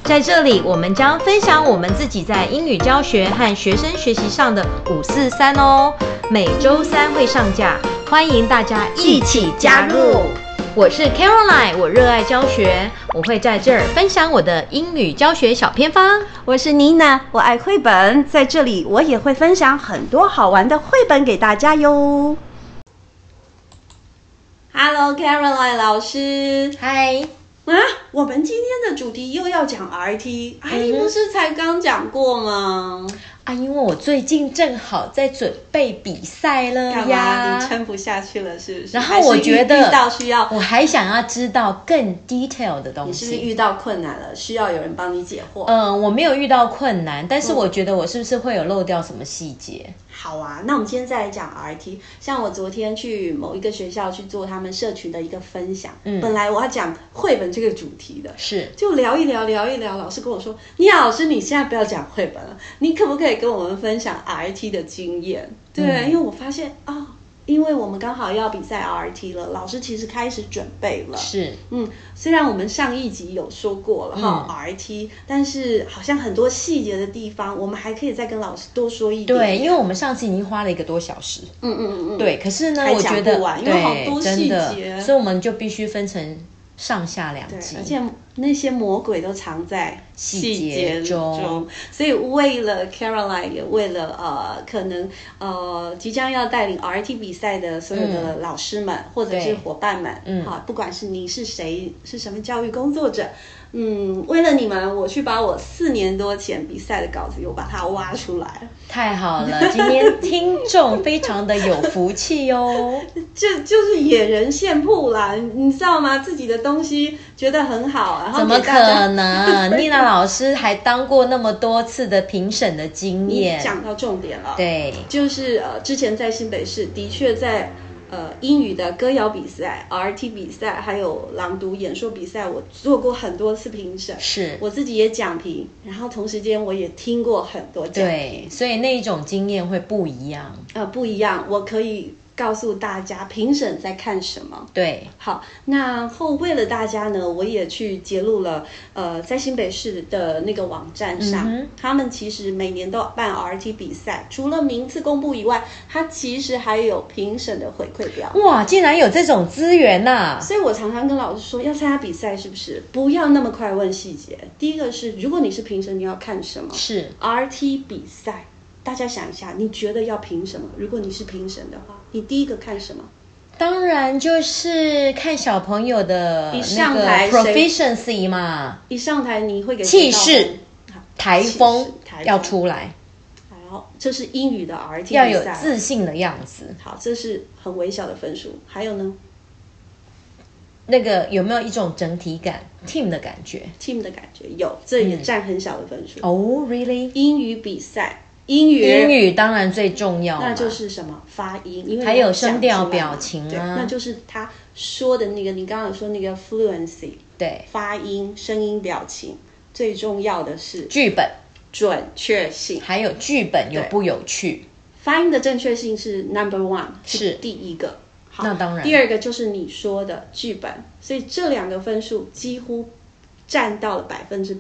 在这里，我们将分享我们自己在英语教学和学生学习上的543哦。每周3会上架，欢迎大家一起加入。我是 Caroline， 我热爱教学，我会在这儿分享我的英语教学小偏方。 我是 Nina， 我爱绘本，在这里我也会分享很多好玩的绘本给大家哟。Hello Caroline 老师， 嗨。 我们今天的主题又要讲 RT， 你不是才刚讲过吗？ 因为我最近正好在准备比赛了呀。 干嘛？你撑不下去了是不是？ 然后我觉得遇到需要， 我还想要知道更 detail 的东西。 你是不是遇到困难了，需要有人帮你解惑？ 我没有遇到困难，但是我觉得我是不是会有漏掉什么细节？ 好啊，那我们今天再来讲 RT。像我昨天去某一个学校去做他们社群的一个分享，本来我要讲绘本这个主题的， 是就聊一聊，老师跟我说，老师你现在不要讲绘本了，你可不可以跟我们分享 RT 的经验？对，因为我发现因为我们刚好要比赛 RT 了，老师其实开始准备了。 是， 虽然我们上一集有说过了RT， 但是好像很多细节的地方，我们还可以再跟老师多说一点。 对，因为我们上次已经花了1个多小时。对，可是呢，我觉得因为好多细节， 所以我们就必须分成上下2集， 而且那些魔鬼都藏在细节中。所以为了 Caroline， 也为了可能即将要带领 RT 比赛的所有的老师们，或者是伙伴们，不管是你是谁，是什么教育工作者，为了你们，我去把我4年多前比赛的稿子又把它挖出来。 太好了，今天听众非常的有福气哦。 就是野人献曝啦，你知道吗？自己的东西觉得很好，然后怎么可能？妮娜老师还当过那么多次的评审的经验。 你讲到重点了， 对， 就是之前在新北市的确在英语的歌谣比赛、RT 比赛，还有朗读演说比赛，我做过很多次评审， 是我自己也讲评，然后同时间我也听过很多讲评， 对，所以那一种经验会不一样。 不一样，我可以告诉大家评审在看什么。 对， 好，然后为了大家呢，我也去揭露了，在新北市的那个网站上，他们其实每年都办 RT 比赛，除了名次公布以外，它其实还有评审的回馈表。 哇，竟然有这种资源啊！ 所以我常常跟老师说，要参加比赛是不是不要那么快问细节？第一个是，如果你是评审，你要看什么？ 是 RT 比赛。大家想一下，你觉得要评什么？如果你是评审的话，你第一个看什么？ 当然就是看小朋友的那个 proficiency 嘛。 一上台你会给气势、台风要出来。 好，这是英语的 RT 比赛， 要有自信的样子。 好，这是很微小的分数。还有呢？ 那个有没有一种整体感 ？team 的感觉 ？team 的感觉有，这也占很小的分数。 really？ 英语比赛。英语当然最重要， 那就是什么发音，因为还有声调表情啊， 那就是他说的那个，你刚刚有说那个 fluency， 对， 发音、声音、表情，最重要的是剧本准确性， 还有剧本有不有趣， 发音的正确性是 1， 是第一个。好， 那当然， 第二个就是你说的剧本，所以这2个分数几乎占到了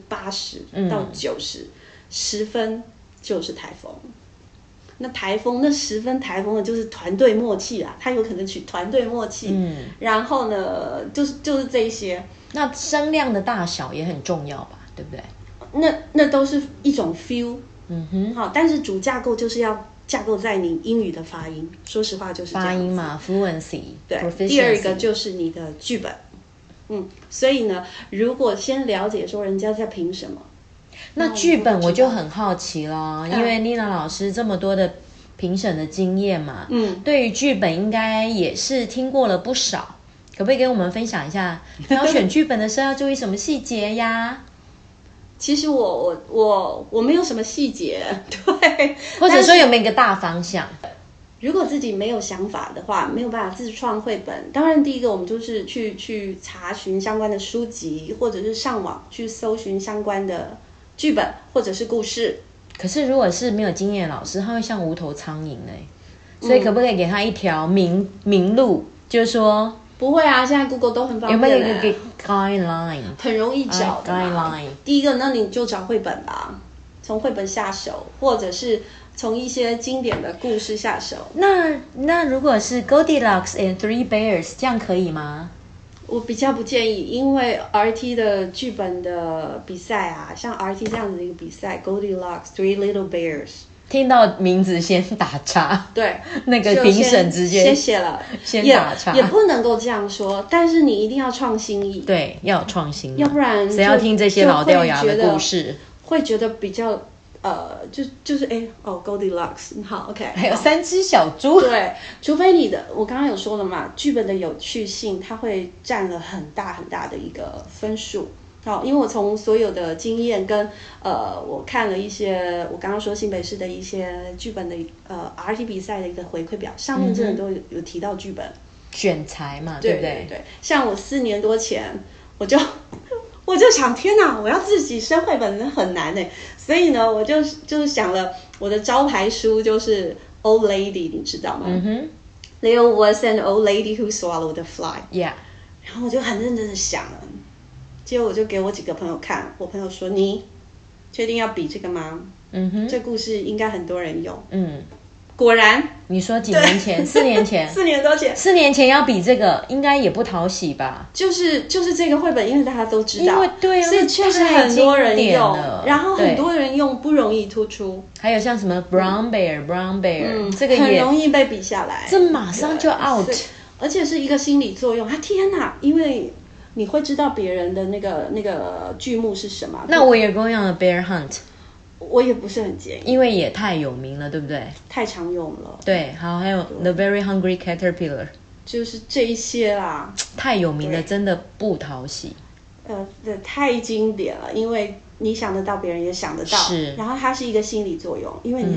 80%到90，10分。就是台风，那台风那10分台风的就是团队默契啊，他有可能取团队默契，然后呢，就是这一些。 那声量的大小也很重要吧，对不对？ 那都是一种 feel，好，但是主架构就是要架构在你英语的发音，说实话就是这样子发音嘛 ，fluency， 对。第二个就是你的剧本，所以呢，如果先了解说人家在评什么。 那剧本我就很好奇了，因为丽娜老师这么多的评审的经验嘛，对于剧本应该也是听过了不少，可不可以跟我们分享一下，挑选剧本的时候要注意什么细节呀？ 其实我没有什么细节，对， 或者说有没有一个大方向？ 如果自己没有想法的话，没有办法自创绘本，当然第一个我们就是去查询相关的书籍，或者是上网去搜寻相关的剧本或者是故事。 可是如果是没有经验的老师，他会像无头苍蝇所以可不可以给他一条明路，就是说不会啊，现在 Google 都很方便。 有没有一个 guideline？ 很容易找的 guideline。 第一个，那你就找绘本吧，从绘本下手，或者是从一些经典的故事下手。 那如果是 Goldilocks and Three Bears 这样可以吗？ 我比较不建议，因为 RT 的剧本的比赛啊，像 RT 这样子的一个比赛 ，Goldilocks Three Little Bears。 听到名字先打叉， 对， 那个评审直接先写了， 先打叉， 也不能够这样说，但是你一定要创新意， 对，要有创新， 要不然谁要听这些老掉牙的故事， 会觉得比较就是Goldilocks 好 OK， 还有3只小猪， 对，除非我刚刚有说了嘛，剧本的有趣性，它会占了很大很大的一个分数。好，因为我从所有的经验跟我看了一些我刚刚说新北市的一些剧本的RT 比赛的一个回馈表，上面真的都有提到剧本选材嘛，对不对？ 对，像我4年多前我就想，天哪，我要自己生绘本真的很难欸，所以呢，我就是想了我的招牌书就是 Old Lady， 你知道吗？There was an old lady who swallowed a fly。Yeah， 然后我就很认真的想了。结果我就给我几个朋友看，我朋友说：“你确定要比这个吗？”这故事应该很多人用。果然。 你说几年前？4年前 ？4年多前。 4年前要比这个，应该也不讨喜吧？ 就是这个绘本，因为大家都知道， 因为对啊， 所以确实很多人用，然后很多人用不容易突出。 还有像什么 Brown Bear，这个也很容易被比下来， 这马上就 out， 而且是一个心理作用。天哪，因为。你会知道别人的那个剧目是什么？ 那我也going on a bear hunt， 我也不是很建议， 因为也太有名了，对不对？ 太常用了。 对，好，还有 The Very Hungry Caterpillar， 就是这一些啦。 太有名了，真的不讨喜。 太经典了，因为你想得到，别人也想得到。是，然后它是一个心理作用，因为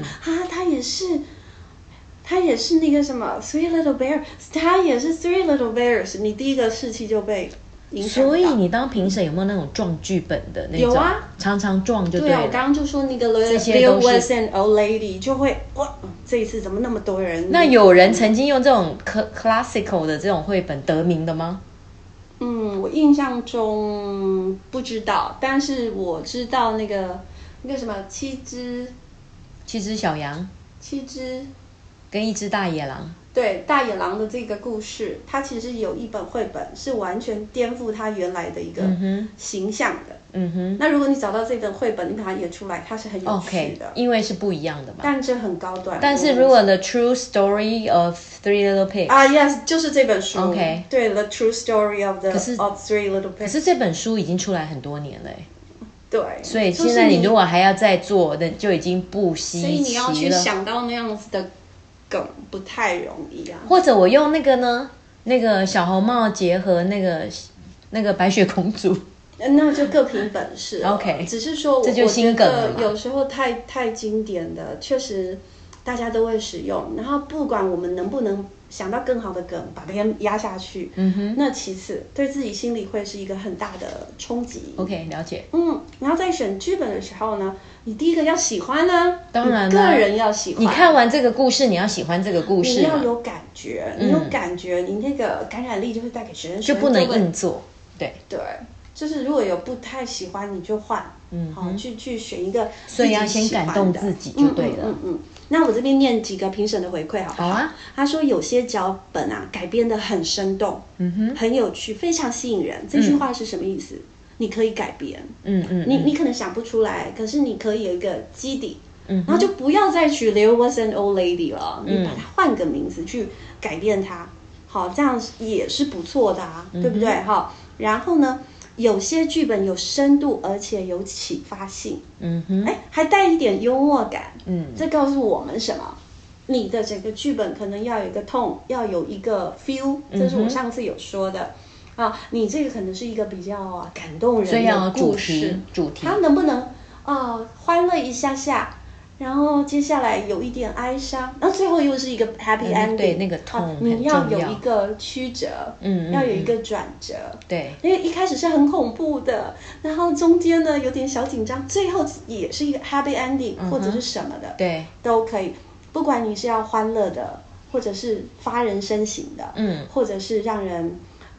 他也是那个什么 Three Little Bears， 他也是 Three Little Bears， 你第一个士气就被影响到。所以你当评审有没有那种撞剧本的那种？有啊，常常撞就对了。 对啊，我刚刚就说那个 There was an old lady 就会哇，这一次怎么那么多人？ 那有人曾经用这种 classical 的这种绘本得名的吗？ 我印象中不知道，但是我知道那个什么七只小羊 ，7只。 跟1只大野狼， 对大野狼的这个故事，它其实有一本绘本是完全颠覆它原来的一个形象的。那如果你找到这本绘本，你把它演出来，它是很有趣的， 因为是不一样的嘛。 但这很高端。 但是如果 The True Story of Three Little Pigs ，yes， 就是这本书。OK， 对 ，The True Story of Three Little Pigs。 可是这本书已经出来很多年了。 对， 所以现在你如果还要再做，那就已经不稀奇了。 所以你要去想到那样子的。不太容易啊， 或者我用那个呢，那个小红帽结合那个白雪公主， 那就各凭本事。 OK， 只是说， 这就新梗了嘛。 有时候太经典的，确实大家都会使用。然后不管我们能不能想到更好的梗，把别人压下去，那其次对自己心里会是一个很大的冲击。 OK， 了解。 然后在选剧本的时候呢，你第一个要喜欢呢， 当然个人要喜欢。 你看完这个故事，你要喜欢这个故事， 你要有感觉，你有感觉，你那个感染力就会带给学生， 就不能硬做。对， 就是如果有不太喜欢，你就换，好去选一个自己喜欢的， 所以要先感动自己就对了。 那我这边念几个评审的回馈好不好？ 好啊。 他说有些脚本啊改编得很生动，很有趣，非常吸引人。这句话是什么意思？你可以改编，你可能想不出来，可是你可以有一个基底，然后就不要再取 There was an old lady 了，你把它换个名字去改变它，好，这样也是不错的啊，对不对？哈，然后呢？有些剧本有深度，而且有启发性，还带一点幽默感，这告诉我们什么？你的整个剧本可能要有一个 tone， 要有一个 feel，这是我上次有说的啊。你这个可能是一个比较感动人的故事， 主题， 它能不能欢乐一下下？然后接下来有一点哀伤，然后最后又是一个 happy ending， 对那个痛你要有一个曲折，要有一个转折， 对， 因为一开始是很恐怖的，然后中间呢有点小紧张，最后也是一个 happy ending，或者是什么的， 对， 都可以。不管你是要欢乐的，或者是发人深省的，或者是让人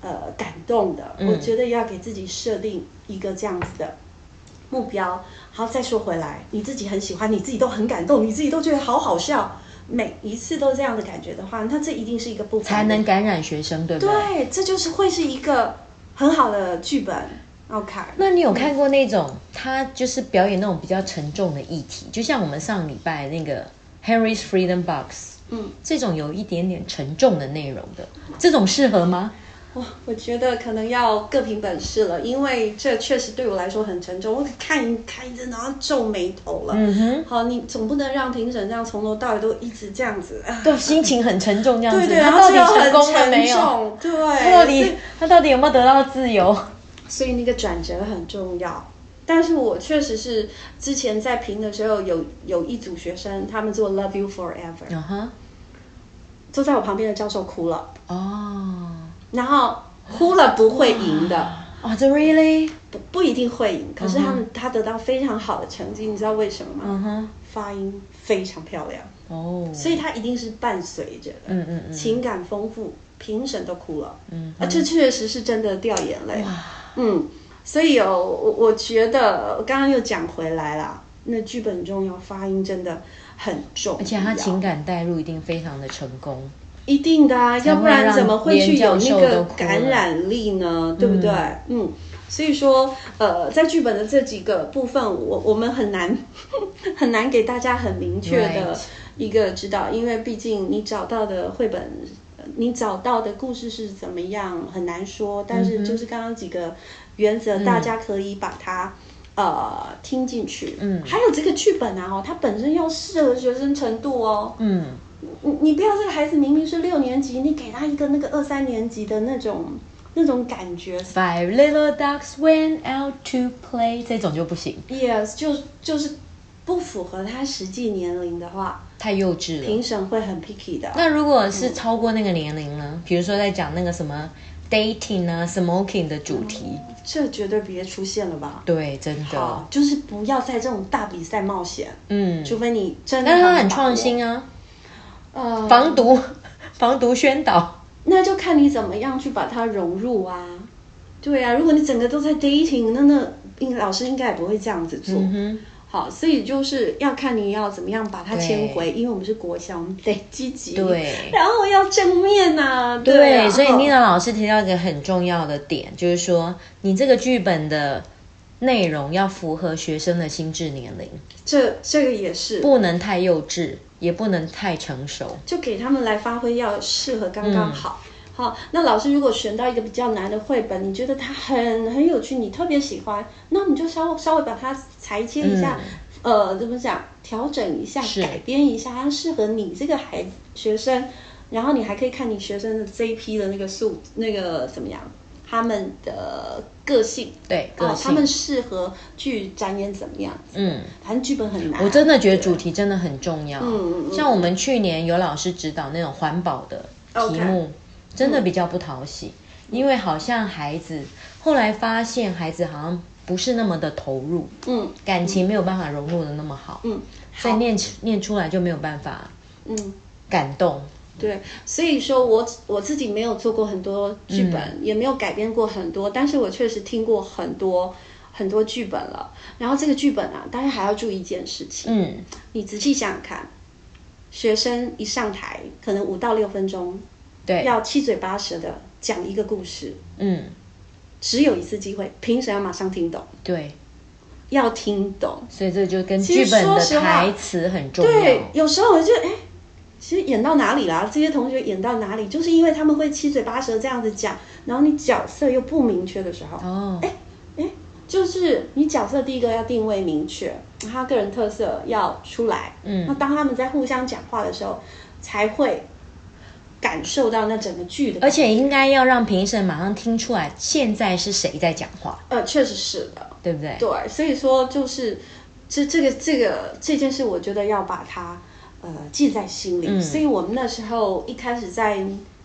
感动的。我觉得要给自己设定一个这样子的目标。好，再说回来，你自己很喜欢，你自己都很感动，你自己都觉得好好笑，每一次都这样的感觉的话，那这一定是一个不凡的， 才能感染学生，对不对？ 对，这就是会是一个很好的剧本。OK， 那你有看过那种他就是表演那种比较沉重的议题，就像我们上礼拜那个 Henry's Freedom Box， 这种有一点点沉重的内容的，这种适合吗？ 我觉得可能要各凭本事了，因为这确实对我来说很沉重。我看一阵，然后皱眉头了。好，你总不能让评审这样从头到尾都一直这样子， 对，心情很沉重这样子。 对， 他到底成功了没有？ 对， 他到底有没有得到自由？ 所以那个转折很重要。但是我确实是之前在评的时候，有一组学生，他们做 Love You Forever，坐在我旁边的教授哭了。然后哭了不会赢的。 这 really 不一定会赢，可是他得到非常好的成绩，你知道为什么吗？发音非常漂亮。所以他一定是伴随着的。情感丰富，评审都哭了。这确实是真的掉眼泪。所以我觉得刚刚又讲回来了，那剧本很重要，发音真的很重要， 而且他情感带入一定非常的成功。 一定的啊，要不然怎么会去有那个感染力呢？对不对？所以说在剧本的这几个部分，我们很难很难给大家很明确的一个指导，因为毕竟你找到的绘本，你找到的故事是怎么样很难说。但是就是刚刚几个原则，大家可以把它听进去。还有这个剧本啊，它本身要适合学生程度哦。你不要这个孩子明明是6年级，你给他一个那个2、3年级的那种感觉。 Five little ducks went out to play， 这种就不行。 Yes， 就是不符合他实际年龄的话， 太幼稚了， 评审会很 picky 的。 那如果是超过那个年龄呢？比如说在讲那个什么 dating 啊 smoking 的主题， 这绝对别出现了吧？ 对，真的。 好，就是不要在这种大比赛冒险。除非你真的。 但是他很创新啊。防毒宣导， 那就看你怎么样去把它融入啊。对啊，如果你整个都在 dating， 那老师应该也不会这样子做。好，所以就是要看你要怎么样把它牵回，因为我们是国小，我们得积极， 对， 然后要正面啊。 对，所以妮娜老师提到一个很重要的点，就是说你这个剧本的内容要符合学生的心智年龄， 这个也是不能太幼稚，也不能太成熟， 就给他们来发挥，要适合刚刚好。好，那老师如果选到一个比较难的绘本，你觉得它很有趣，你特别喜欢，那你就稍微把它裁切一下，怎么讲，调整一下，改编一下，它适合你这个学生，然后你还可以看你学生的这一批的那个怎么样，他们的个性， 对，个性， 他们适合去展演怎么样子。反正剧本很难， 我真的觉得主题真的很重要。像我们去年有老师指导那种环保的题目，真的比较不讨喜，因为好像孩子后来发现孩子好像不是那么的投入，感情没有办法融入的那么好，所以念出来就没有办法，感动。 对，所以说我自己没有做过很多剧本，也没有改编过很多，但是我确实听过很多很多剧本了。然后这个剧本啊，大家还要注意一件事情，你仔细想想看，学生一上台，可能5到6分钟，对，要七嘴八舌的讲一个故事，只有一次机会，评审要马上听懂，对，要听懂， 所以这就跟剧本的台词很重要。 对，有时候我就其实演到哪里啦？这些同学演到哪里？就是因为他们会七嘴八舌这样子讲，然后你角色又不明确的时候，就是你角色第一个要定位明确，他个人特色要出来，那当他们在互相讲话的时候，才会感受到那整个剧的， 而且应该要让评审马上听出来现在是谁在讲话。 确实是的， 对不对？ 对，所以说就是这件事，我觉得要把它记在心里。所以我们那时候一开始在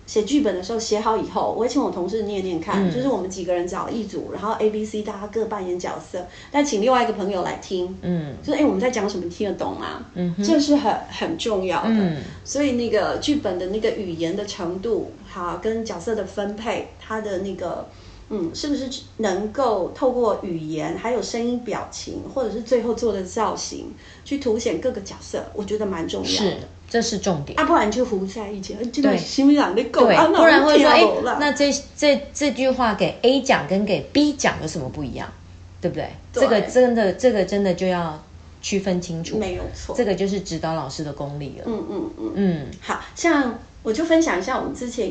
写剧本的时候写好以后，我会请我同事念看，就是我们几个人找一组，然后 A、B、C 大家各扮演角色，但请另外一个朋友来听，就是我们在讲什么听得懂吗？这是很重要的，所以那个剧本的那个语言的程度，跟角色的分配，它的那个是不是能够透过语言，还有声音、表情，或者是最后做的造型，去凸显各个角色，我觉得蛮重要的。 这是重点不然就糊在一起，对，心里想的狗， 对，不然会说， 那这句话给 A 讲跟给 B 讲有什么不一样，对不对？ 对， 这个真的就要区分清楚， 没有错， 这个就是指导老师的功力了。 好像我就分享一下我们之前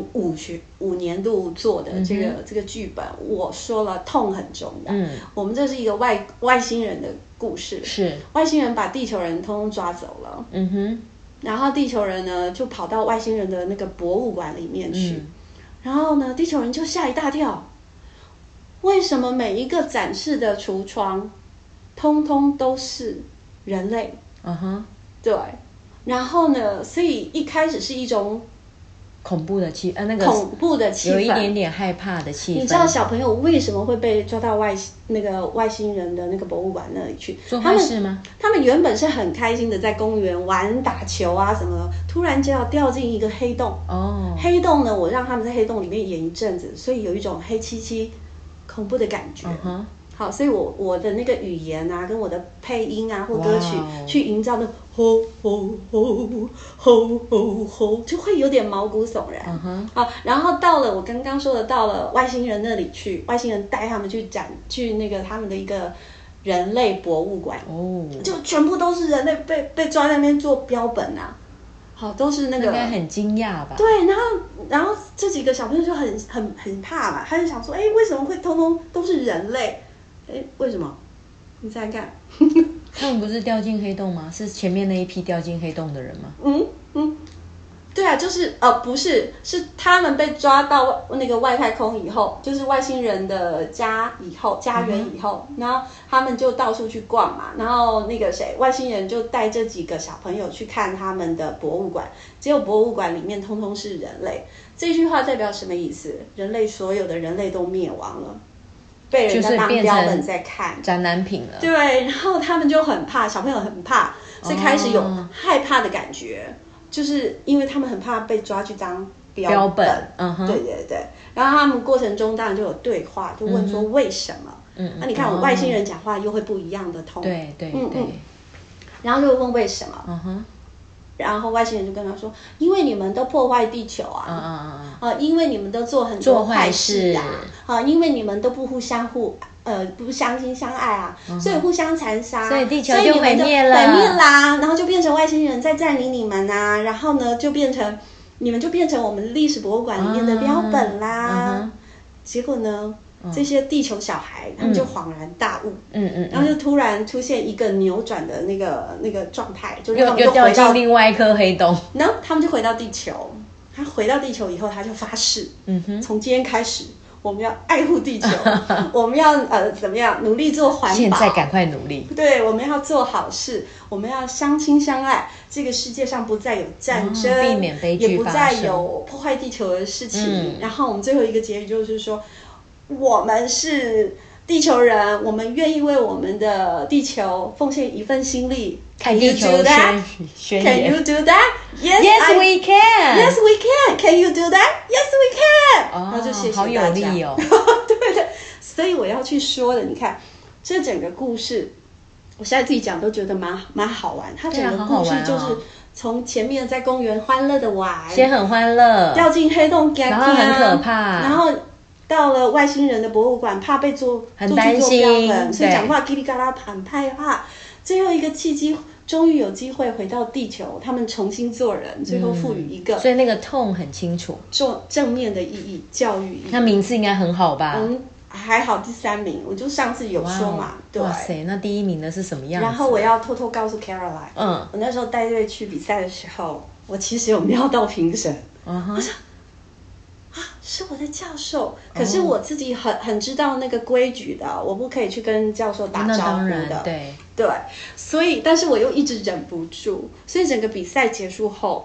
105年度做的这个剧本，我说了痛很重要。我们这是一个外星人的故事，是外星人把地球人通通抓走了。然后地球人呢就跑到外星人的那个博物馆里面去，然后呢地球人就吓一大跳，为什么每一个展示的橱窗通通都是人类？对，然后呢所以一开始是一种恐怖的气氛，有一点点害怕的气氛。 你知道小朋友为什么会被抓到外星人的那个博物馆那里去做坏事吗？ 他们原本是很开心的在公园玩打球啊什么，突然间要掉进一个黑洞。黑洞呢，我让他们在黑洞里面演一阵子，所以有一种黑漆漆恐怖的感觉。好，所以我的那个语言啊，跟我的配音啊或歌曲去营造那吼吼吼吼吼吼，就会有点毛骨悚然。好，然后到了我刚刚说的，到了外星人那里去，外星人带他们去那个他们的一个人类博物馆，就全部都是人类被抓在那边做标本啊。好，都是那个， 应该很惊讶吧？ 对，然后这几个小朋友就很怕嘛，他就想说，为什么会通通都是人类？为什么？你猜看。 他们不是掉进黑洞吗？是前面那一批掉进黑洞的人吗？ 对啊，就是不是，是他们被抓到那个外太空以后，就是外星人的家园以后，然后他们就到处去逛嘛，然后那个外星人就带这几个小朋友去看他们的博物馆，结果博物馆里面通通是人类。这句话代表什么意思？所有的人类都灭亡了。被人家当标本在看， 展览品了。 对，然后他们就很怕，小朋友很怕，所以开始有害怕的感觉，就是因为他们很怕被抓去当标本。对。然后他们过程中当然就有对话，就问说为什么？那你看我外星人讲话又会不一样的痛。 对。 然后就问为什么？然后外星人就跟他说：“因为你们都破坏地球啊，因为你们都做很多坏事啊，因为你们都不相亲相爱啊，所以互相残杀， 所以地球就毁灭啦，然后就变成外星人在占领你们啊，然后呢你们就变成我们历史博物馆里面的标本啦。结果呢？”这些地球小孩，他们就恍然大悟，然后就突然出现一个扭转的那个状态，就让他们又掉进另外一颗黑洞， 然后他们就回到地球。他回到地球以后，他就发誓，从今天开始，我们要爱护地球，我们要怎么样努力做环保， 现在赶快努力， 对，我们要做好事，我们要相亲相爱，这个世界上不再有战争， 避免悲剧发生， 也不再有破坏地球的事情。然后我们最后一个结语就是说。我们是地球人，我们愿意为我们的地球奉献一份心力。 看地球宣言。 Can you do that? Yes, we can. Yes, we can. Can you do that? Yes, we can. 然后就谢谢大家。 好有力哦。 对的，所以我要去说的，你看这整个故事，我现在自己讲都觉得蛮好玩。它整个故事就是从前面在公园欢乐的玩， 先很欢乐， 掉进黑洞， 然后很可怕， 然后。到了外星人的博物馆，怕被很担心， 所以讲话叽里嘎啦，很害怕。最后一个契机，终于有机会回到地球，他们重新做人，最后赋予一个， 所以那个痛很清楚， 正面的意义，教育意义。 那名次应该很好吧？ 还好第3名，我就上次有说嘛，对。 哇塞，那第1名的是什么样子？ 然后我要偷偷告诉 Caroline，我那时候带队去比赛的时候，我其实有瞄到评审，我说。是我的教授，可是我自己很知道那个规矩的，我不可以去跟教授打招呼的，对，所以但是我又一直忍不住，所以整个比赛结束后，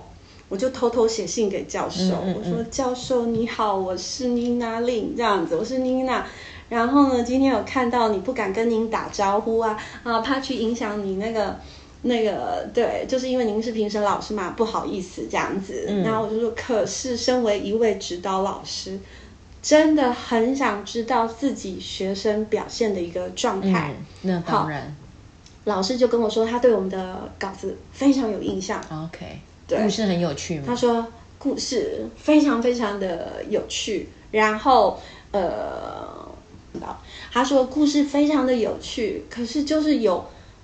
我就偷偷写信给教授，我说教授你好，我是妮娜令这样子，我是妮娜。然后呢，今天有看到你不敢跟您打招呼啊，怕去影响你那个对，就是因为您是评审老师嘛，不好意思这样子。然后我就说，可是身为一位指导老师，真的很想知道自己学生表现的一个状态。 那当然。 老师就跟我说，他对我们的稿子非常有印象。 OK， 对，故事很有趣吗？ 他说故事非常非常的有趣，然后他说故事非常的有趣，可是就是有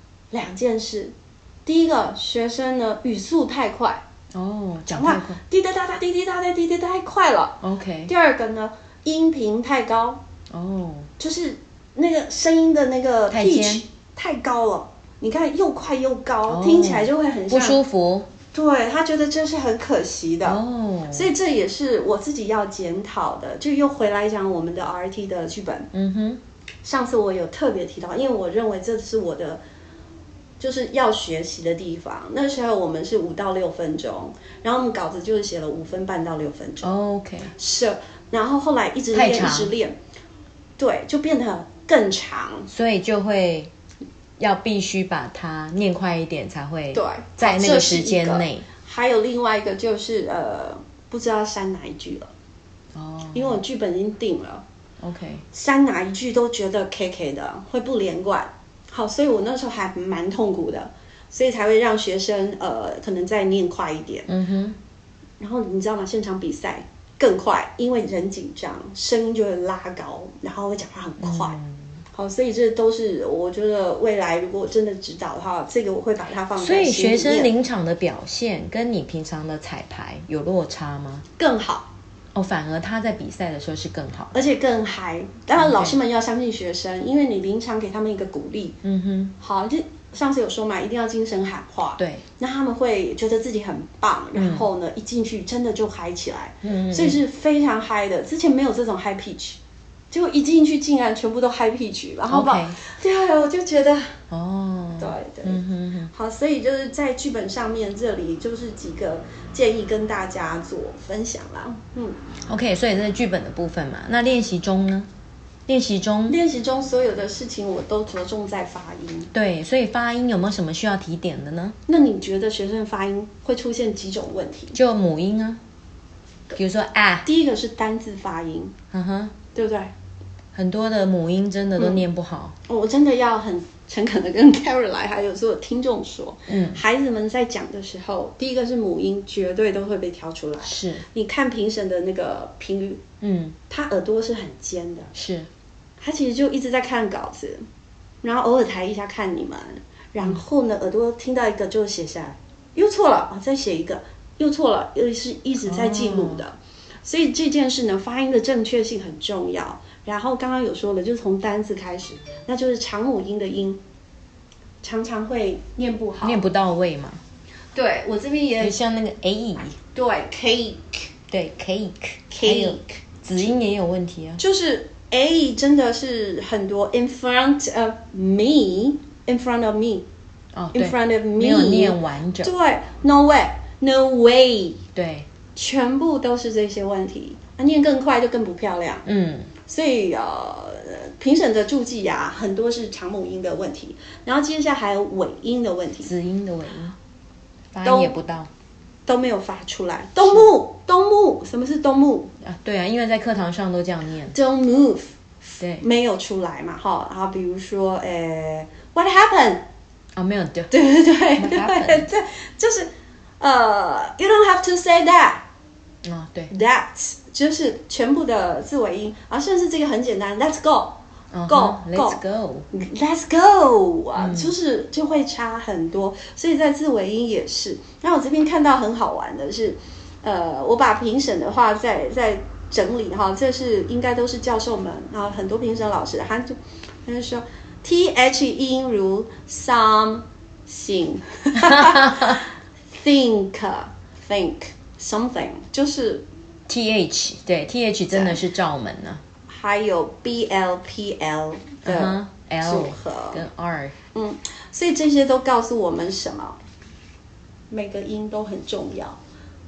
2件事。第一个，学生呢语速太快， 讲太快， 滴答答答滴滴答答滴滴太快了。 OK。 第二个呢，音频太高，就是那个声音的那个 pitch 太高了，你看又快又高，听起来就会很像不舒服。 对，他觉得这是很可惜的所以这也是我自己要检讨的。就又回来讲我们的 RT 的剧本。上次我有特别提到，因为我认为这是我的就是要学习的地方。那时候我们是5到6分钟，然后我们稿子就是写了5分半到6分钟。 OK， 是，然后后来一直练一直练，对，就变得更长， 所以就会要必须把它念快一点才会对， 在那个时间内。 还有另外一个就是不知道删哪一句了。因为我剧本已经定了。 OK， 删哪一句都觉得 KK 的，会不连贯。好，所以我那时候还蛮痛苦的，所以才会让学生可能再念快一点。然后你知道吗？现场比赛更快，因为人紧张，声音就会拉高，然后会讲话很快。好，所以这都是我觉得未来如果我真的指导的话，这个我会把它放在心里面。 所以学生临场的表现跟你平常的彩排有落差吗？ 更好。 反而他在比赛的时候是更好， 而且更嗨。当然老师们要相信学生，因为你临场给他们一个鼓励。好，就上次有说嘛，一定要精神喊话。 对， 那他们会觉得自己很棒，然后呢，一进去真的就嗨起来。所以是非常嗨的。之前没有这种 high pitch， 结果一进去竟然全部都 high pitch， 然后对，我就觉得对，好，所以就是在剧本上面，这里就是几个建议跟大家做分享啦。 OK， 所以这是剧本的部分嘛。那练习中呢？练习中所有的事情我都着重在发音。 对，所以发音有没有什么需要提点的呢？ 那你觉得学生发音会出现几种问题？ 就母音啊，比如说第一个是单字发音，对不对？ 很多的母音真的都念不好。 我真的要很诚恳的跟 Caroline 还有所有听众说，孩子们在讲的时候，第一个是母音绝对都会被挑出来。 是， 你看评审的那个评语，他耳朵是很尖的， 是， 他其实就一直在看稿子，然后偶尔抬一下看你们，然后呢耳朵听到一个就写下来，又错了再写一个，又错了，又是一直在记录的。所以这件事呢，发音的正确性很重要。然后刚刚有说了，就是从单字开始，那就是长母音的音，常常会念不好， 念不到位嘛。 对，我这边也像那个 a， 对 cake， 对 cake， 子音也有问题啊。 就是 a 真的是很多 in front of me，in front of me，in front of me， 没有念完整。 对 ，no way，no way， 对， 全部都是这些问题。念更快就更不漂亮。所以评审的注记啊，很多是长母音的问题，然后接下来还有尾音的问题， 子音的尾音发音也不到， 都没有发出来。Don't move，什么是 don't move 啊？对啊，因为在课堂上都这样念。 Don't move， 对， 没有出来嘛，哈。然后比如说，What happened？ 没有对，对，就是You don't have to say that。 对 ，that 就是全部的字尾音，甚至这个很简单 ，Let's go，Let's go， 就是就会差很多，所以在字尾音也是。那我这边看到很好玩的是，我把评审的话在整理哈，这是应该都是教授们，然后很多评审老师，他就说 th 音如 something， think something， 就是 th， 对 th 真的是罩门呢。 还有 blpl 的组合跟 r， 所以这些都告诉我们什么？每个音都很重要。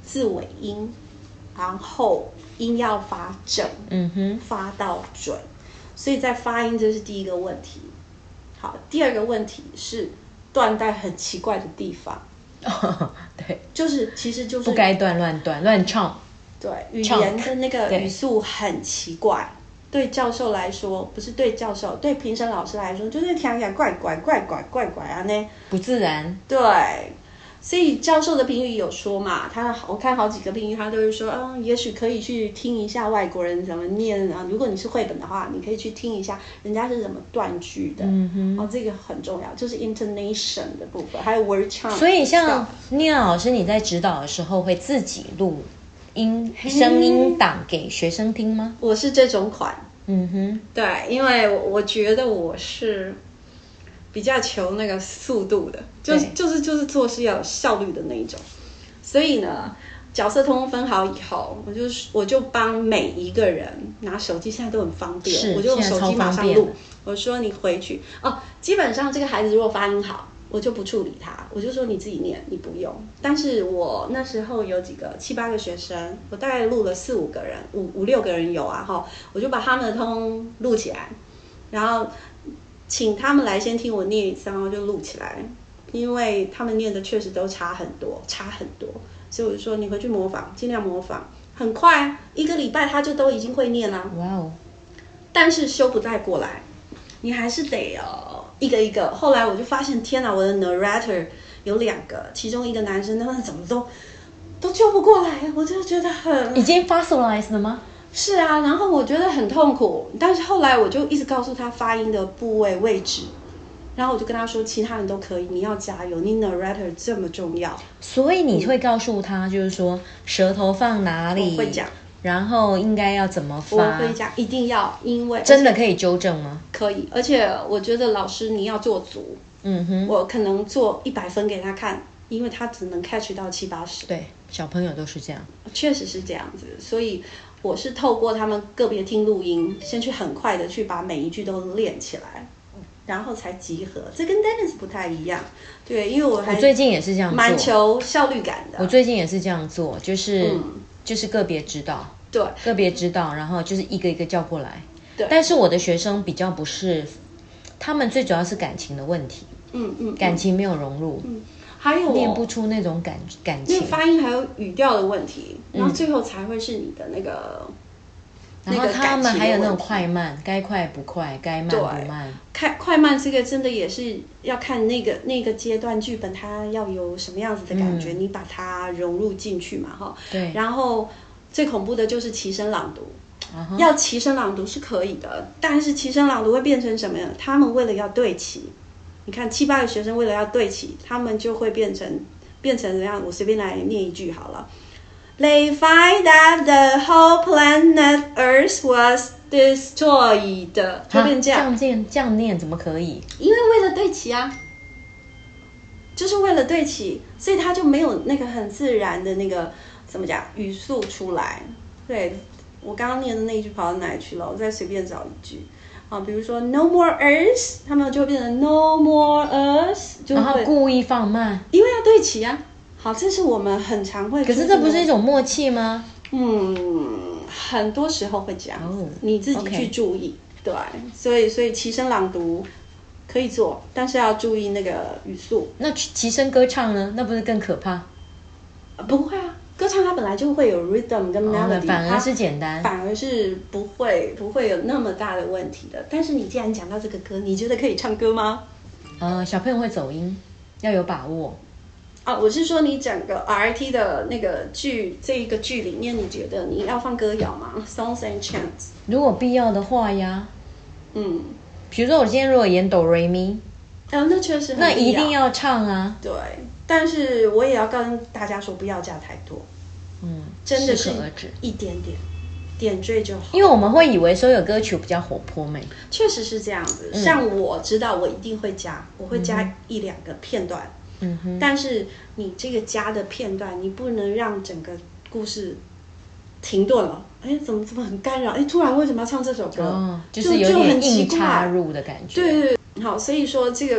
字尾音，然后音要发正，发到准，所以在发音这是第一个问题。好，第二个问题是断在很奇怪的地方。 对， 其实就是不该断乱断乱唱。 对，语言的那个语速很奇怪。对教授来说，不是对教授，对评审老师来说，就是听起来怪怪啊呢， 不自然。 对，所以教授的评语有说嘛，我看好几个评语，他都是说，也许可以去听一下外国人怎么念啊。如果你是绘本的话，你可以去听一下人家是怎么断句的。这个很重要，就是 intonation 的部分，还有 word count。 所以像念老师，你在指导的时候会自己录声音档给学生听吗？ 我是这种款。对，因为我觉得我是比较求那个速度的，就是做事要有效率的那一种。所以呢，角色通通分好以后，我就帮每一个人拿手机，现在都很方便，我就用手机马上录。我说你回去基本上这个孩子如果发音好，我就不处理他，我就说你自己念，你不用。但是我那时候有几个7、8个学生，我大概录了4、5个人，5、6个人有啊我就把他们的通录起来，然后请他们来先听我念一次，然后就录起来，因为他们念的确实都差很多，所以我就说你回去模仿，尽量模仿，很快1个礼拜他就都已经会念了。 哇哦！但是修不太过来，你还是得一个一个。后来我就发现，天哪，我的 narrator 有2个，其中一个男生，他们怎么都救不过来，我就觉得很已经 fossilized 了吗？ 是啊，然后我觉得很痛苦，但是后来我就一直告诉他发音的部位位置，然后我就跟他说，其他人都可以，你要加油，你 narrator 这么重要。 所以你会告诉他，就是说舌头放哪里， 我会讲， 然后应该要怎么发。 我会讲，一定要，因为真的可以纠正吗？ 可以，而且我觉得老师你要做足。我可能做100分给他看，因为他只能 catch 到70、80。 对，小朋友都是这样， 确实是这样子，所以我是透过他们个别听录音，先去很快的去把每一句都练起来，然后才集合。这跟 Dennis 不太一样，对，因为我最近也是这样做， 蛮求效率感的。 我最近也是这样做，就是个别指导， 对， 个别指导，然后就是一个一个叫过来。 对， 但是我的学生比较不是，他们最主要是感情的问题，感情没有融入， 还有念不出那种感情， 那发音还有语调的问题，然后最后才会是你的那个。 然后他们还有那种快慢，该快不快，该慢不慢。 快慢这个真的也是要看那个阶段剧本它要有什么样子的感觉，你把它融入进去嘛对。 然后最恐怖的就是齐声朗读，要齐声朗读是可以的，但是齐声朗读会变成什么呢？他们为了要对齐，你看7、8个学生为了要对齐，他们就会变成怎样？我随便来念一句好了。They find that the whole planet Earth was destroyed， 就变这样。 这样念怎么可以？ 因为为了对齐啊，就是为了对齐，所以他就没有那个很自然的那个怎么讲语速出来。对，我刚刚念的那一句跑到哪里去了？我再随便找一句比如说 No more Earth， 他们就会变成 No more Earth， 然后故意放慢， 因为要对齐啊。好，这是我们很常会。 可是这不是一种默契吗？ 很多时候会这样，你自己去注意。对，所以齐声朗读可以做，但是要注意那个语速。那齐声歌唱呢？那不是更可怕？ 不会啊，歌唱它本来就会有 rhythm 跟 melody， 反而是简单， 反而是不会有那么大的问题的。但是你既然讲到这个歌，你觉得可以唱歌吗？ 小朋友会走音，要有把握。 我是说你整个 RT 的那个剧，这一个剧里面，你觉得你要放歌谣吗 ？Songs and chants， 如果必要的话呀。比如说我今天如果演哆瑞咪， 那确实很那一定要唱啊。 对，但是我也要跟大家说，不要加太多。真的是一点点，点缀就好。 因为我们会以为所有歌曲比较活泼美， 确实是这样子。像我知道，我一定会加，我会加1、2个片段。但是你这个加的片段，你不能让整个故事停顿了。怎么很干扰？突然为什么要唱这首歌？ 就是有点硬插入的感觉。 对，好，所以说这个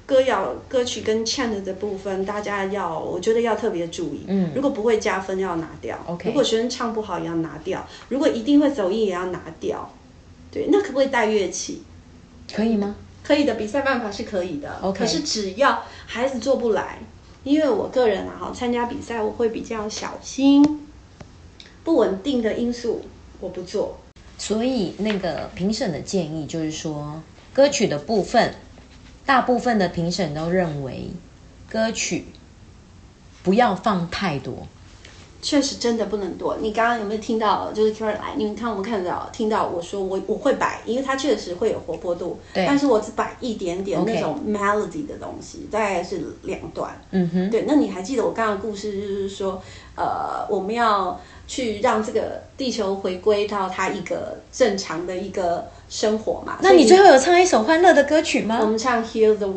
歌曲跟 chant 的部分，大家我觉得要特别注意。如果不会加分要拿掉。如果学生唱不好也要拿掉。如果一定会走音也要拿掉。对，那可不可以带乐器？ 可以吗？ 可以的，比赛办法是可以的。可是只要孩子做不来，因为我个人参加比赛我会比较小心，不稳定的因素我不做。 所以那个评审的建议就是说，歌曲的部分，大部分的评审都认为歌曲不要放太多。 确实真的不能多。你刚刚有没有听到？就是 Caroline， 你们看我们听到我说我会摆，因为它确实会有活泼度，但是我只摆一点点那种 melody 的东西，大概是2段。对。那你还记得我刚刚的故事，就是说，我们要去让这个地球回归到它一个正常的一个生活嘛？ 那你最后有唱一首欢乐的歌曲吗？ 我们唱 Heal the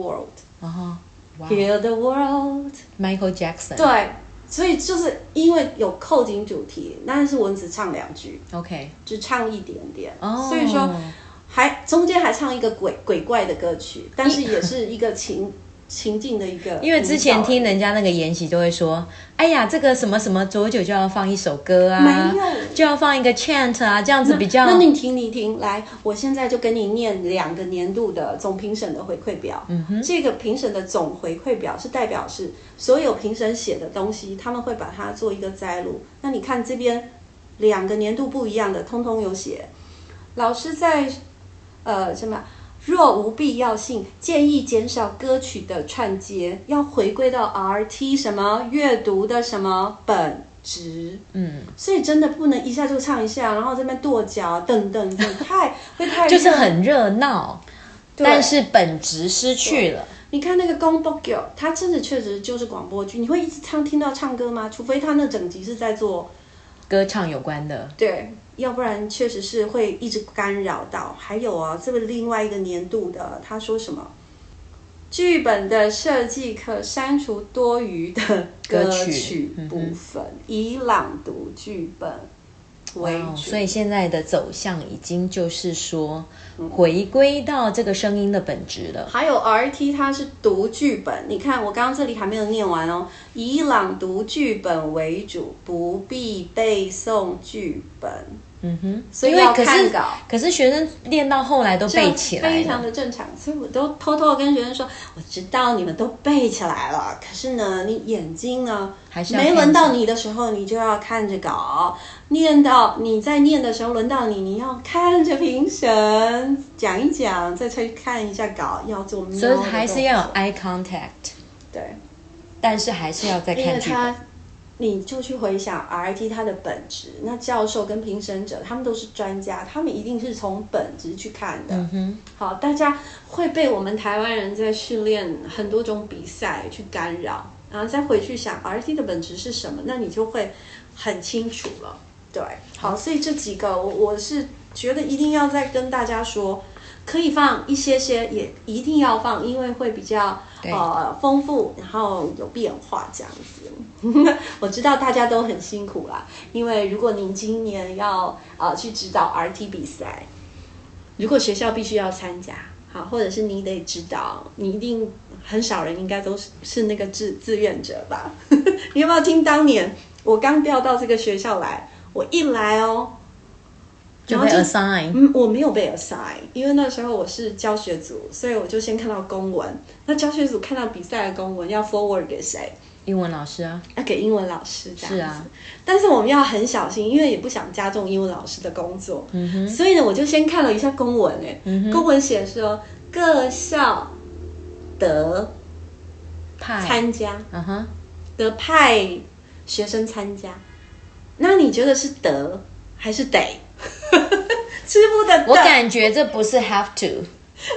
World。Heal the World。Michael Jackson。 对。所以就是因为有扣紧主题，但是我只唱2句 ，OK， 只唱一点点，所以说中间还唱一个鬼怪的歌曲，但是也是一个情境的一个。 因为之前听人家那个研习都会说，哎呀，这个什么什么多久就要放一首歌啊， 没有就要放一个 chant 啊，这样子比较。 那你听，来，我现在就跟你念2个年度的总评审的回馈表。这个评审的总回馈表是代表是所有评审写的东西，他们会把它做一个摘录。那你看这边2个年度不一样的，通通有写。老师在什么？若无必要性，建议减少歌曲的串接，要回归到 RT 什么阅读的什么本质。所以真的不能一下就唱一下，然后这边跺脚等等的，太就是很热闹，但是本质失去了。 你看那个宫保剧，它真的确实就是广播剧，你会一直听到唱歌吗？除非他那整集是在做歌唱有关的。 对。要不然确实是会一直干扰到。还有这个另外一个年度的，他说什么？剧本的设计可删除多余的歌曲部分，以朗读剧本为主。 所以现在的走向已经就是说，回归到这个声音的本质了。 还有 RT 它是读剧本，你看我刚刚这里还没有念完哦，以朗读剧本为主，不必背诵剧本。所以要看稿。 可是学生练到后来都背起来了， 非常的正常。所以我都偷偷的跟学生说，我知道你们都背起来了，可是呢，你眼睛呢，没轮到你的时候，你就要看着稿。你在念的时候，轮到你要看着评审讲一讲，再去看一下稿，要做。 所以还是要有 eye contact。 对， 但是还是要再看剧本。 你就去回想 RT 它的本质，那教授跟评审者他们都是专家，他们一定是从本质去看的。好，大家会被我们台湾人在训练很多种比赛去干扰，然后再回去想 RT 的本质是什么，那你就会很清楚了。对，好，所以这几个我是觉得一定要再跟大家说，可以放一些，也一定要放，因为会比较丰富，然后有变化这样子。我知道大家都很辛苦啦，因为如果您今年要去指导 RT 比赛，如果学校必须要参加，好，或者是你得指导，你一定很少人应该都是那个志愿者吧？你有没有听当年我刚调到这个学校来，我一来就被 assign。 我没有被 assign， 因为那时候我是教学组，所以我就先看到公文。那教学组看到比赛的公文要 forward 给谁？ 英文老师啊， 要给英文老师这样子。 是啊， 但是我们要很小心，因为也不想加重英文老师的工作。所以呢，我就先看了一下公文。公文写说各校得参加，得派学生参加。那你觉得是得还是得？吃不得。 我感觉这不是 have to。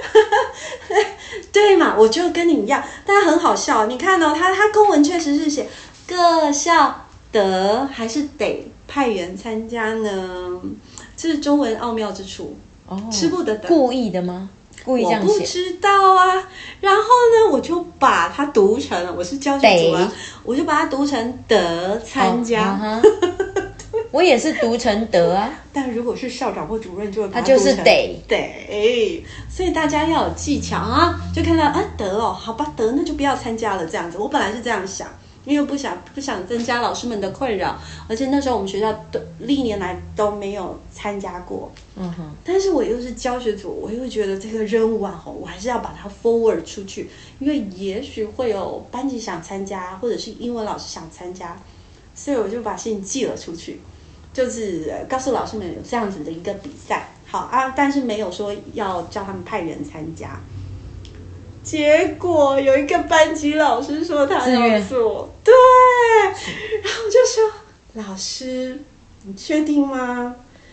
对嘛，我就跟你一样，但很好笑。你看他公文确实是写各校得还是得派员参加呢？这是中文奥妙之处。吃不得。 故意的吗？故意这样写？ 我不知道啊。然后呢，我就把它读成，我是教学组啊，我就把它读成得参加。 我也是读成德啊。 但如果是校长或主任，就会把他就是读成得， 所以大家要有技巧啊，就看到德哦，好吧，德那就不要参加了这样子。我本来是这样想，因为不想增加老师们的困扰，而且那时候我们学校历年来都没有参加过。但是我又是教学组，我又觉得这个任务啊，我还是要把它 forward 出去，因为也许会有班级想参加，或者是英文老师想参加，所以我就把信寄了出去，就是告诉老师们有这样子的一个比赛，好啊，但是没有说要叫他们派人参加。结果有一个班级老师说他要做，对，然后我就说老师，你确定吗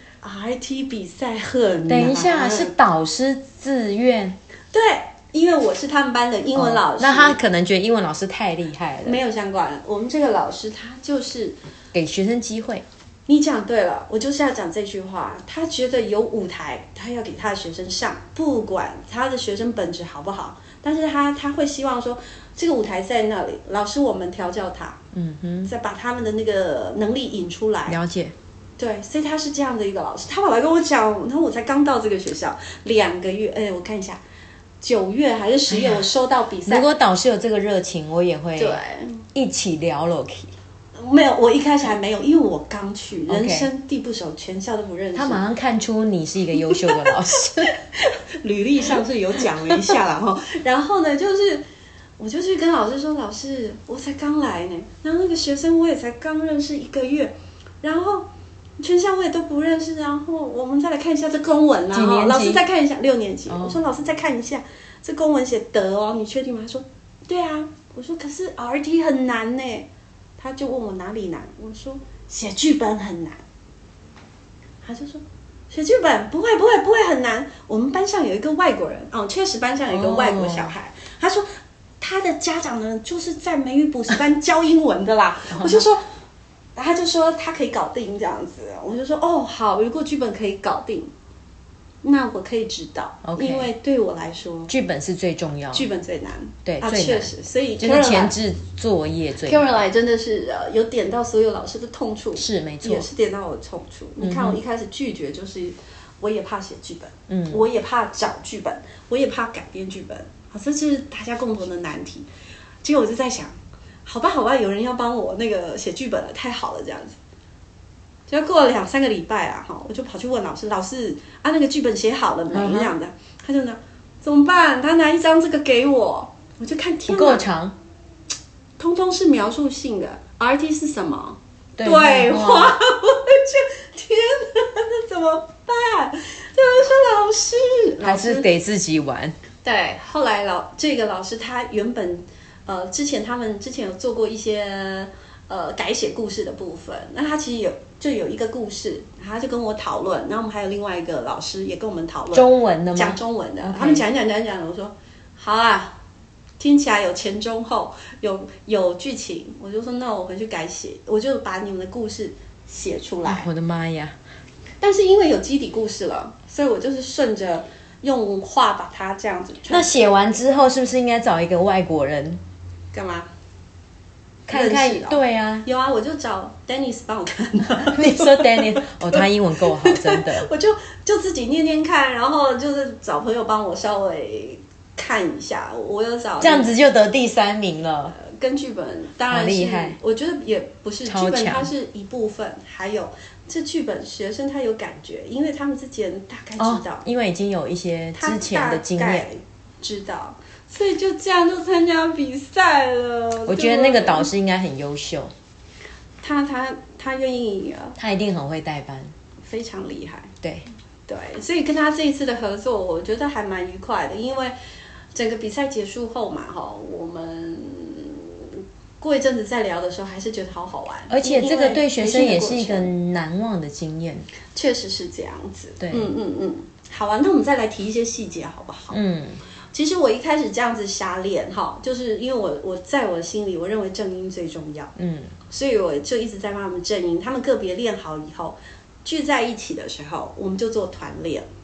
？RT 比赛很难。 等一下，是导师自愿？ 对，因为我是他们班的英文老师。 那他可能觉得英文老师太厉害了。 没有相关，我们这个老师他就是给学生机会。 你讲对了，我就是要讲这句话。他觉得有舞台，他要给他的学生上，不管他的学生本质好不好，但是他会希望说，这个舞台在那里，老师我们调教他，再把他们的那个能力引出来。 了解。 对，所以他是这样的一个老师，他跑来跟我讲，然后我才刚到这个学校2个月，我看一下，9月还是10月，我收到比赛。 如果导师有这个热情，我也会对一起聊了。 没有，我一开始还没有，因为我刚去，人生地不熟，全校都不认识。 他马上看出你是一个优秀的老师， 履历上是有讲了一下啦哈。然后呢，我就去跟老师说，老师，我才刚来呢，然后那个学生我也才刚认识1个月，然后全校我也都不认识，然后我们再来看一下这公文啦。 几年级？ 老师再看一下，6年级。我说老师再看一下，这公文写德哦，你确定吗？他说对啊。我说可是 RT 很难呢。他就问我哪里难，我说写剧本很难。他就说写剧本不会很难。我们班上有一个外国人确实班上有一个外国小孩，他说他的家长呢就是在美语补习班教英文的啦。我就说，他就说他可以搞定这样子，我就说好，如果剧本可以搞定，那我可以指导，因为对我来说， 剧本是最重要的， 剧本最难， 对，最难， 确实，所以就是前置作业最难。 Caroline 真的是有点到所有老师的痛处， 是没错， 也是点到我的痛处。你看我一开始拒绝，就是我也怕写剧本，我也怕找剧本，我也怕改编剧本，这是大家共同的难题。结果我就在想，好吧，有人要帮我那个写剧本了，太好了，这样子。就过了2-3个礼拜啊，我就跑去问老师，那个剧本写好了没？这样的，他就拿怎么办？他拿一张这个给我，我就看天哪， 不够长， 通通是描述性的。RT 是什么？ 对话。我就天哪，那怎么办？就是说还是得自己玩。 对，后来这个老师他原本之前有做过一些改写故事的部分，那他其实有一个故事，他就跟我讨论，然后我们还有另外一个老师也跟我们讨论中文的吗？ 讲中文的，他们讲，我说好啊，听起来有前中后，有剧情，我就说那我回去改写，我就把你们的故事写出来。 我的妈呀！ 但是因为有基底故事了，所以我就是顺着用话把它这样子。 那写完之后是不是应该找一个外国人？ 干嘛？ 看看，对啊， 有啊，我就找 Dennis 帮我看。 你说 Dennis 他英文够好，真的。 我就自己念看，然后就是找朋友帮我稍微看一下。我有找这样子就得第3名了。 跟剧本当然是厉害， 我觉得也不是剧本，它是一部分，还有这剧本学生他有感觉，因为他们之前大概知道， 因为已经有一些之前的经验， 知道。所以就这样就参加比赛了。 我觉得那个导师应该很优秀， 他愿意， 他一定很会带班， 非常厉害。 对， 所以跟他这一次的合作，我觉得还蛮愉快的。因为整个比赛结束后嘛，我们过一阵子再聊的时候，还是觉得好好玩。 而且这个对学生也是一个难忘的经验， 确实是这样子。 对， 好啊，那我们再来提一些细节好不好？其实我一开始这样子瞎练就是因为我在我的心里，我认为正音最重要，所以我就一直在帮他们正音。他们个别练好以后，聚在一起的时候，我们就做团练，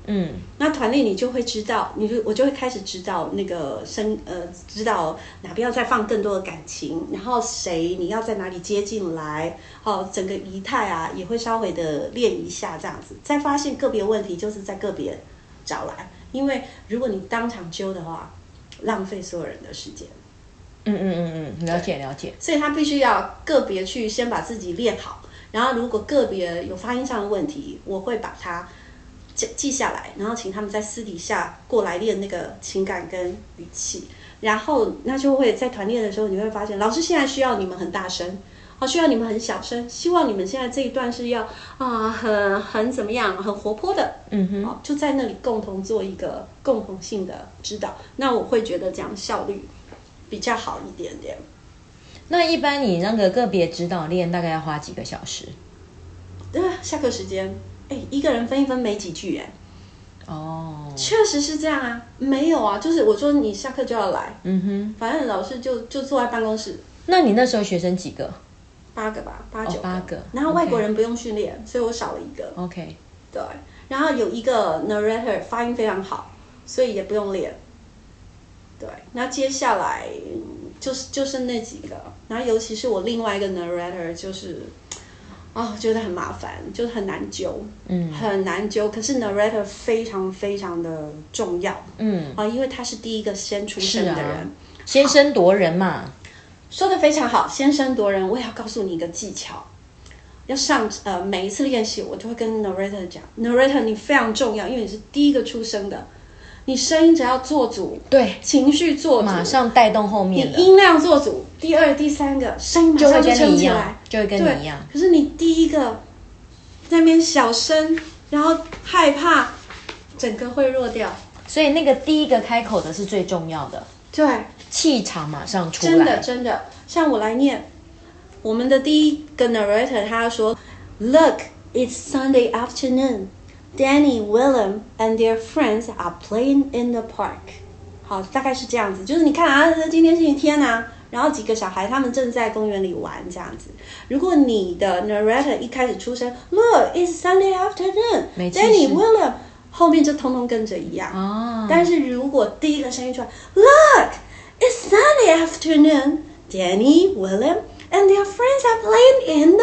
那团练你就会知道，我就会开始知道那个知道哪边要再放更多的感情，然后谁你要在哪里接进来，整个仪态啊也会稍微的练一下这样子，再发现个别问题就是在个别找来，因为如果你当场揪的话，浪费所有人的时间。 了解。 所以他必须要个别去先把自己练好，然后如果个别有发音上的问题，我会把它记下来，然后请他们在私底下过来练那个情感跟语气，然后那就会在团练的时候，你会发现老师现在需要你们很大声，需要你们很小声，希望你们现在这一段是要很怎么样，很活泼的，就在那里共同做一个共同性的指导，那我会觉得这样效率比较好一点点。 那一般你那个个别指导练大概要花几个小时？ 下课时间，一个人分一分没几句确实是这样啊，没有啊，就是我说你下课就要来，反正老师就坐在办公室。 那你那时候学生几个 ？8个吧，8、9个。 8个。 然后外国人不用训练，所以我少了一个。 OK。 对，然后有一个 narrator 发音非常好，所以也不用练。对，那接下来就是那几个，然后尤其是我另外一个 narrator 就是觉得很麻烦，就是很难揪，很难揪。可是 narrator 非常非常的重要，因为他是第一个先出生的人， 先声夺人嘛。 说得非常好，先声夺人。我也要告诉你一个技巧，要上每一次练习，我就会跟 narrator 讲 ，narrator 你非常重要，因为你是第一个出生的。你声音只要做足， 对， 情绪做足， 马上带动后面的。 你音量做足，第2、第3个声音马上就撑起来， 就会跟你一样。 可是你第一个在那边小声，然后害怕，整个会弱掉。 所以那个第一个开口的是最重要的， 对， 气场马上出来。 真的，像我来念，我们的第一个 narrator 他说 ，Look, it's Sunday afternoon.Danny, Willem, and their friends are playing in the park. 好，大概是这样子，就是你看啊，今天星期天啊，然后几个小孩他们正在公园里玩这样子。如果你的 narrator 一开始出声 ，Look, it's Sunday afternoon. Danny, Willem， 后面就通通跟着一样。但是如果第一个声音出来 ，Look, it's Sunday afternoon. Danny, Willem, and their friends are playing in the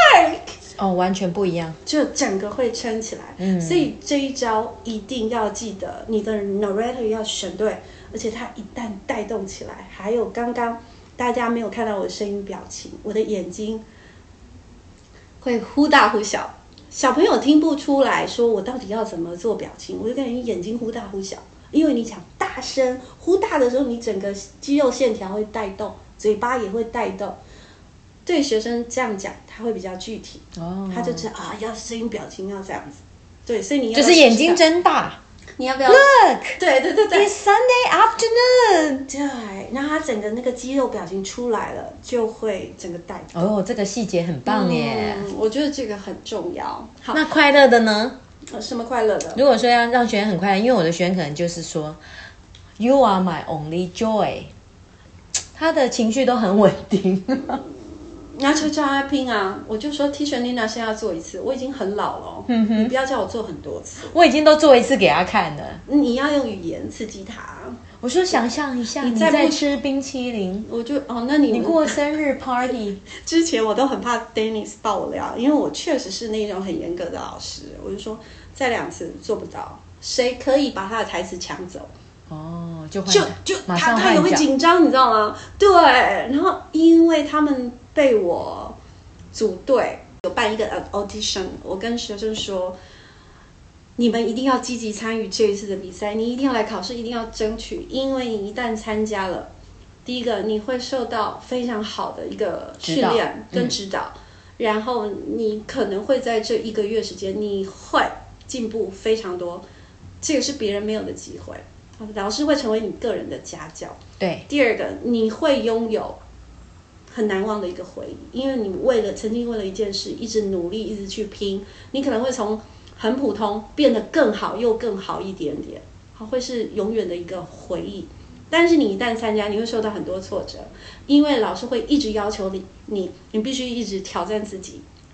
park. 完全不一样， 就整个会撑起来。所以这一招一定要记得，你的 narrator 要选对，而且他一旦带动起来，还有刚刚大家没有看到我的声音表情，我的眼睛会忽大忽小，小朋友听不出来说我到底要怎么做表情，我就跟你眼睛忽大忽小，因为你讲大声忽大的时候，你整个肌肉线条会带动，嘴巴也会带动。对学生这样讲，他会比较具体，他就知道要声音表情要这样子，对，所以你要就是眼睛睁大， 你要不要 ？Look， 对 ，It's Sunday afternoon。 对，那他整个那个肌肉表情出来了，就会整个带动。 这个细节很棒耶。 我觉得这个很重要。好， 那快乐的呢？ 什么快乐的？ 如果说要让学生很快乐，因为我的学生可能就是说 ，You are my only joy， 他的情绪都很稳定。 那就叫他拼啊！我就说 Teacher Nina 现在要做一次，我已经很老了，你不要叫我做很多次。 我已经都做一次给他看了。 你要用语言刺激他。 我说想象一下你在吃冰淇淋， 我就那你过生日 party 之前我都很怕 Dennis 爆料，因为我确实是那种很严格的老师。我就说再2次做不到，谁可以把他的台词抢走？ 就他也会紧张，你知道吗？对，然后因为他们被我组队有办一个 audition， 我跟学生说，你们一定要积极参与这一次的比赛，你一定要来考试，一定要争取，因为你一旦参加了，第一个你会受到非常好的一个训练跟指导，然后你可能会在这1个月时间，你会进步非常多，这个是别人没有的机会。老师会成为你个人的家教。 对。 第2个，你会拥有很难忘的一个回忆，因为你曾经为了一件事一直努力，一直去拼，你可能会从很普通变得更好，又更好一点点，会是永远的一个回忆。但是你一旦参加，你会受到很多挫折，因为老师会一直要求你必须一直挑战自己，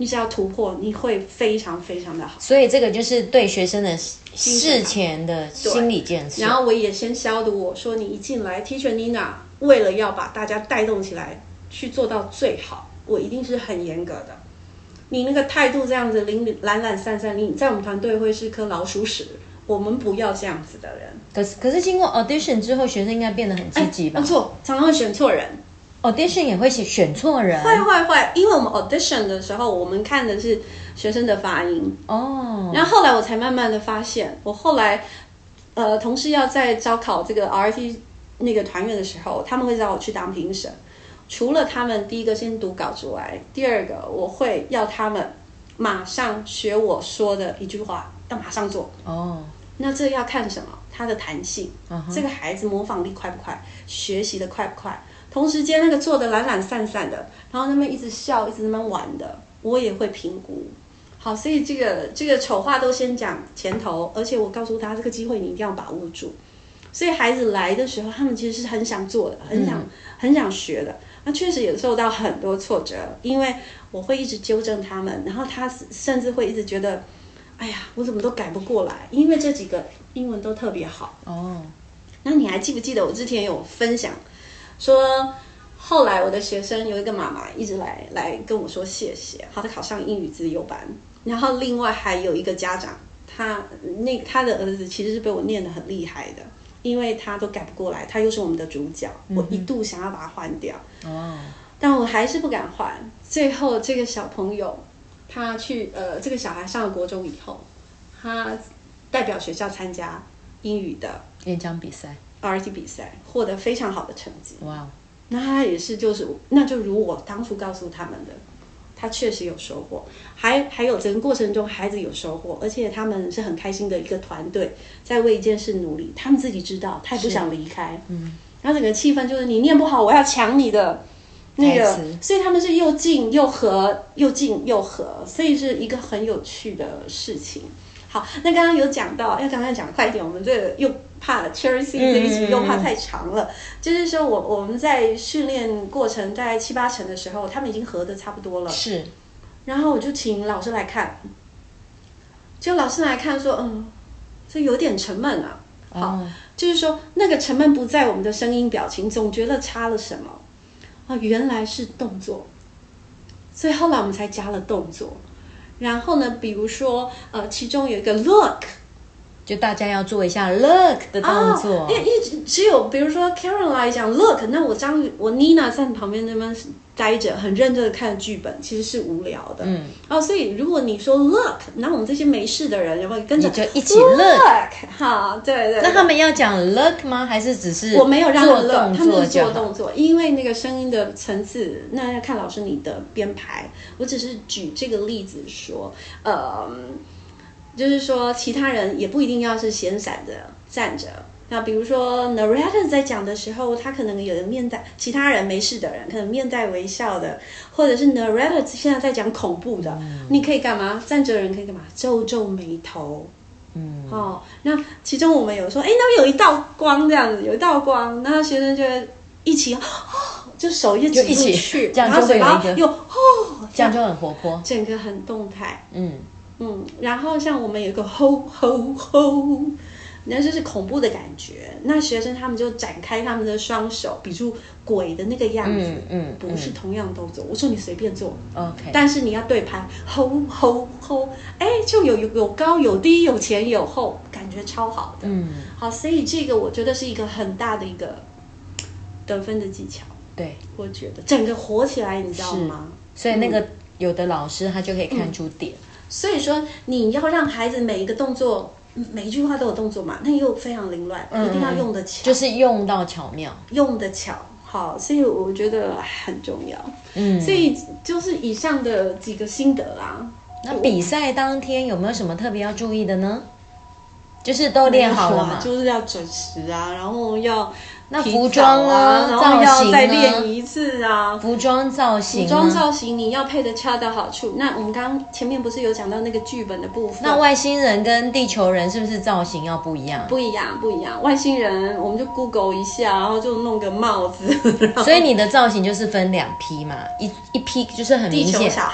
你只要突破，你会非常非常的好。 所以这个就是对学生的事前的心理建设。 然后我也先消毒，我说你一进来 ，Teacher Nina 为了要把大家带动起来，去做到最好，我一定是很严格的。你那个态度这样子懒懒散散，你在我们团队会是颗老鼠屎。我们不要这样子的人。 可是经过 audition 之后，学生应该变得很积极吧？ 没错，常常会选错人。 audition 也会选错人？ 会，因为我们 audition 的时候，我们看的是学生的发音。哦。然后后来我才慢慢的发现，我后来同事要在招考这个 RT 那个团员的时候，他们会找我去当评审。除了他们第一个先读稿之外，第二个我会要他们马上学我说的一句话，要马上做。哦。那这要看什么？他的弹性。这个孩子模仿力快不快？学习的快不快？同时间那个做的懒懒散散的，然后那边一直笑，一直那边玩的，我也会评估。好，所以这个丑话都先讲前头，而且我告诉他这个机会你一定要把握住。所以孩子来的时候，他们其实是很想做的，很想学的。那确实也受到很多挫折，因为我会一直纠正他们，然后他甚至会一直觉得，哎呀，我怎么都改不过来，因为这几个英文都特别好。哦，那你还记不记得我之前有分享？说后来我的学生有一个妈妈一直来跟我说谢谢，好，她考上英语自由班，然后另外还有一个家长，他的儿子其实是被我念得很厉害的，因为他都改不过来，他又是我们的主角，我一度想要把他换掉，但我还是不敢换。最后这个小朋友他去这个小孩上了国中以后，他代表学校参加英语的演讲比赛。 RT 比赛获得非常好的成绩。哇，那他也是那就如我当初告诉他们的，他确实有收获，还有整个过程中孩子有收获，而且他们是很开心的一个团队，在为一件事努力，他们自己知道，他也不想离开。然后整个气氛就是你念不好，我要抢你的那个，所以他们是又静又和，又静又和，所以是一个很有趣的事情。好，那刚刚有讲到，要刚才讲快一点，我们这个又怕 Chelsea 这一集又怕太长了。就是说我们在训练过程在7、8成的时候，他们已经合得差不多了。是。然后我就请老师来看，就老师来看说，这有点沉闷啊。好，就是说那个沉闷不在我们的声音表情，总觉得差了什么啊？原来是动作，所以后来我们才加了动作。然后呢，比如说，其中有一个 look， 就大家要做一下 look 的动作。 因为只有比如说 Caroline 讲 look， 那我 Nina 在旁边那边待着，很认真的看剧本，其实是无聊的。所以如果你说 look， 那我们这些没事的人，有没有跟着你就一起 look？ 好，对。 那他们要讲 look 吗？还是只是我没有让他们 look， 他们做动作，因为那个声音的层次，那要看老师你的编排。我只是举这个例子说，就是说其他人也不一定要是闲散的站着。那比如说 narrator 在讲的时候，他可能有人其他人没事的人可能面带微笑的，或者是 narrator 现在在讲恐怖的，你可以干嘛？站着的人可以干嘛？皱皱眉头。那其中我们有说，那有一道光这样子，有一道光，然后学生就会一起就手一挤出去， 这样就会有一个这样就很活泼， 整个很动态。然后像我们有一个吼吼吼，那就是恐怖的感觉。那学生他们就展开他们的双手，比出鬼的那个样子。不是同样都做，我说你随便做 ，OK， 但是你要对拍，吼吼吼，就有高有低，有前有后，感觉超好的。好，所以这个我觉得是一个很大的一个得分的技巧。对，我觉得整个活起来，你知道吗？ 所以那个有的老师他就可以看出点。 所以说你要让孩子每一个动作。每一句话都有动作嘛，那又非常凌乱，一定要用得巧， 就是用到巧妙， 用得巧。好，所以我觉得很重要。所以就是以上的几个心得啦。 那比赛当天有没有什么特别要注意的呢？就是都练好了嘛， 就是要准时啊，然后要那服装啊， 然后要再练一次啊。 服装造型你要配得恰到好处。那我们刚刚前面不是有讲到那个剧本的部分？ 那外星人跟地球人是不是造型要不一样？ 不一样。外星人我们就 Google 一下，然后就弄个帽子。 所以你的造型就是分2批嘛，一批就是很明显地球小孩，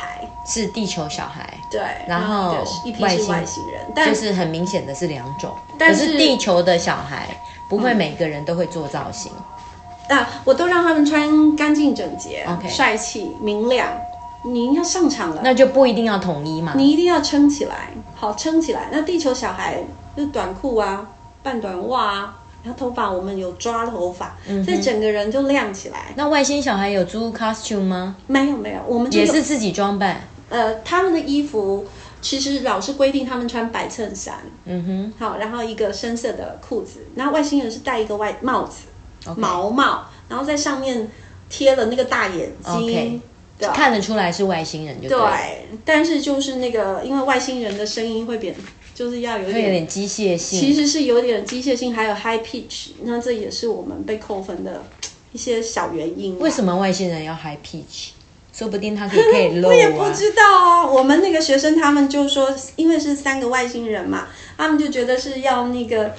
是地球小孩， 对， 然后一批是外星人，但就是很明显的是两种。 但是地球的小孩不会每个人都会做造型。 我都让他们穿干净整洁、 OK 帅气、明亮。你要上场了， 那就不一定要统一嘛。 你一定要撑起来，好撑起来。那地球小孩就短裤啊、半短袜啊，然后头发我们有抓头发，所以整个人就亮起来。 那外星小孩有租 costume 吗？ 没有，我们就也是自己装扮。 他们的衣服其实老师规定他们穿白衬衫，好，然后一个深色的裤子。那外星人是戴一个帽子，毛帽，然后在上面贴了那个大眼睛。 看得出来是外星人就对。 对，但是就是那个，因为外星人的声音会变，就是要有点机械性， 其实是有点机械性，还有 high pitch， 那这也是我们被扣分的一些小原因。 为什么外星人要 high pitch？ 说不定他可以 low 啊。 我也不知道啊。我们那个学生他们就说，因为是3个外星人嘛，他们就觉得是要那个。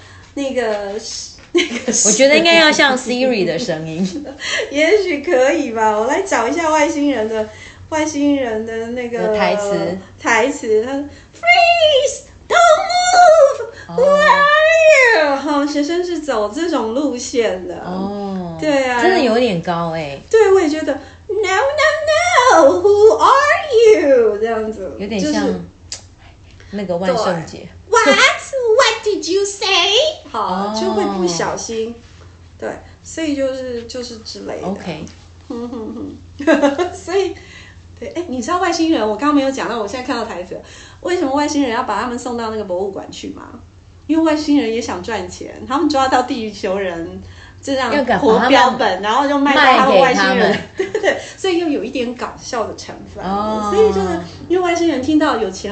我觉得应该要像 Siri 的声音， 也许可以吧。我来找一下外星人的那个台词。他 Freeze, don't move, where are you？ 好，学生是走这种路线的。对啊， 真的有点高对，我也觉得 No, who are you？ 这样子有点像那个万圣节。 What did you say？ 好，就会不小心，对，所以就是之类的。 OK， 所以对，你知道外星人？我刚刚没有讲到，我现在看到台词，为什么外星人要把他们送到那个博物馆去吗？因为外星人也想赚钱，他们抓到地球人这样活标本，然后就卖到他们外星人，对，所以又有一点搞笑的成分。所以就是因为外星人听到有钱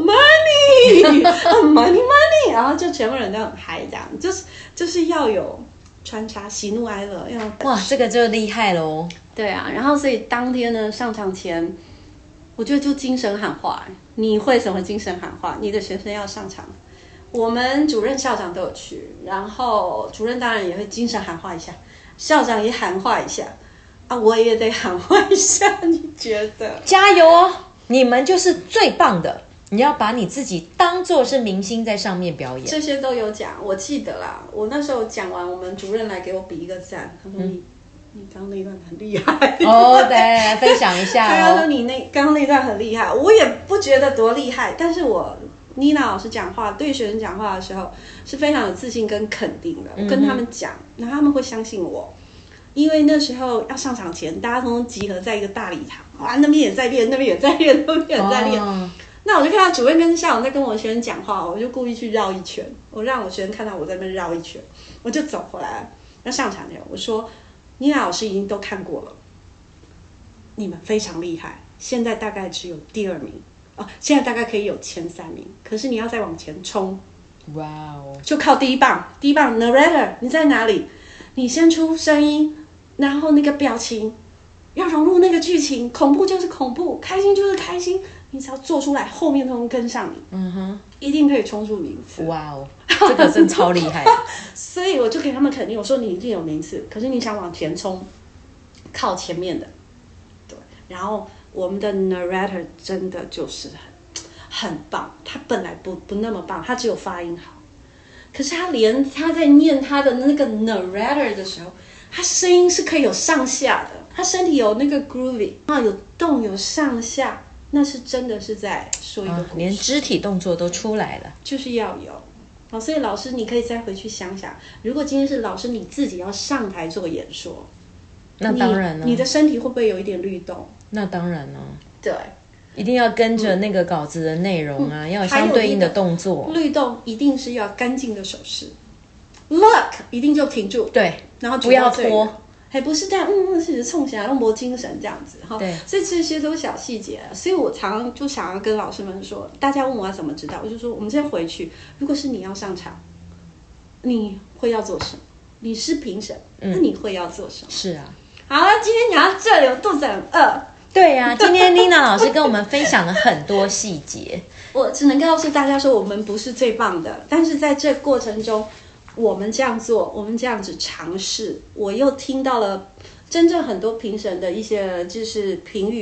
money， 然后就全部人都很嗨，这样就是要有穿插喜怒哀乐， 哇，这个就厉害咯。 对啊，然后所以当天呢上场前，我觉得就精神喊话。你会什么精神喊话？你的学生要上场。我们主任校长都有去，然后主任当然也会精神喊话一下，校长也喊话一下啊，我也得喊话一下。你觉得？ 加油哦！你们就是最棒的，你要把你自己当作是明星在上面表演。 这些都有讲，我记得啦。我那时候讲完，我们主任来给我比一个赞，他说你刚刚那一段很厉害哦，对，来分享一下他说你刚刚那一段很厉害，我也不觉得多厉害，但是妮娜老师讲话对学生讲话的时候是非常有自信跟肯定的。我跟他们讲，然后他们会相信我，因为那时候要上场前，大家通通集合在一个大礼堂，哇，那边也在练，那边也在练，那边也在练。那我就看到主任跟校长在跟我的学生讲话，我就故意去绕一圈，我让我学生看到我在那边绕一圈，我就走回来，要上场前我说，妮娜老师已经都看过了，你们非常厉害，现在大概只有第2名。现在大概可以有前3名，可是你要再往前冲， 哇哦， 就靠第一棒 narrator， 你在哪里？你先出声音，然后那个表情要融入那个剧情，恐怖就是恐怖，开心就是开心，你只要做出来，后面都能跟上你，一定可以冲出名次。 哇哦，这个真超厉害。 所以我就给他们肯定，我说你一定有名次，可是你想往前冲，靠前面的，对，然后。我们的 narrator 真的就是很棒，他本来不那么棒，他只有发音好，可是他在念他的那个 narrator 的时候，他声音是可以有上下的，他身体有那个 groovy， 有动有上下，那是真的是在说一个故事， 连肢体动作都出来了， 就是要有。所以老师你可以再回去想想，如果今天是老师你自己要上台做演说， 那当然了， 你的身体会不会有一点律动？ 那当然了， 对， 一定要跟着那个稿子的内容啊，要有相对应的动作。 律动一定是要干净的手势 ，look 一定就停住， 对， 然后不要拖， 还不是这样，是冲起来，用磨精神这样子哈。 对， 所以这些都是小细节，所以我常常就想要跟老师们说，大家问我要怎么知道，我就说我们先回去，如果是你要上场，你会要做什么？你是评审，那你会要做什么？ 是啊。 好了，今天讲到这里，我肚子很饿。 对呀，今天妮娜老师跟我们分享了很多细节。 我只能告诉大家说，我们不是最棒的，但是在这过程中，我们这样做，我们这样子尝试，我又听到了真正很多评审的一些就是评语，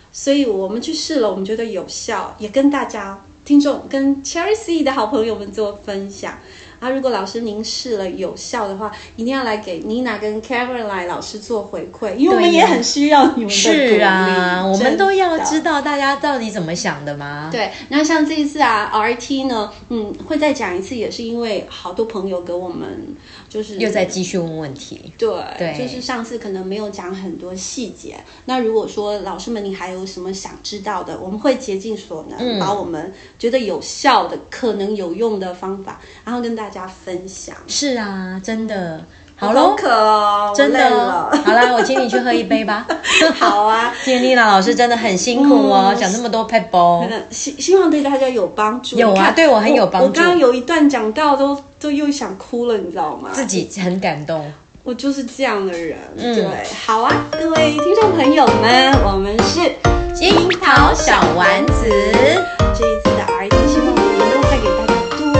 所以我们去试了，我们觉得有效，也跟大家听众跟 Cherry C 的好朋友们做分享。如果老师您试了有效的话，一定要来给 Nina 跟 Caroline 老师做回馈，因为我们也很需要你们的鼓励。 是啊，我们都要知道大家到底怎么想的嘛。 对，那像这一次RT 呢，会再讲一次，也是因为好多朋友给我们就是又在继续问问题。 对，就是上次可能没有讲很多细节。那如果说老师们你还有什么想知道的，我们会竭尽所能，把我们觉得有效的、可能有用的方法，然后跟大家分享。 是啊，真的。好咯， 好渴哦， 真的。好啦，我请你去喝一杯吧。 好啊， 今天Nina老师真的很辛苦哦，讲那么多撇步， 希望对大家有帮助。 有啊，对我很有帮助。 我刚刚有一段讲到都又想哭了，你知道吗？ 自己很感动。 我就是这样的人。对，好啊，各位听众朋友们，我们是樱桃小丸子。 这一次的 RT， 希望我们能够带给大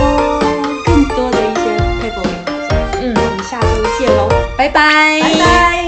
家更多的一些撇步给大家。我们下周见喽， 拜拜， 拜拜。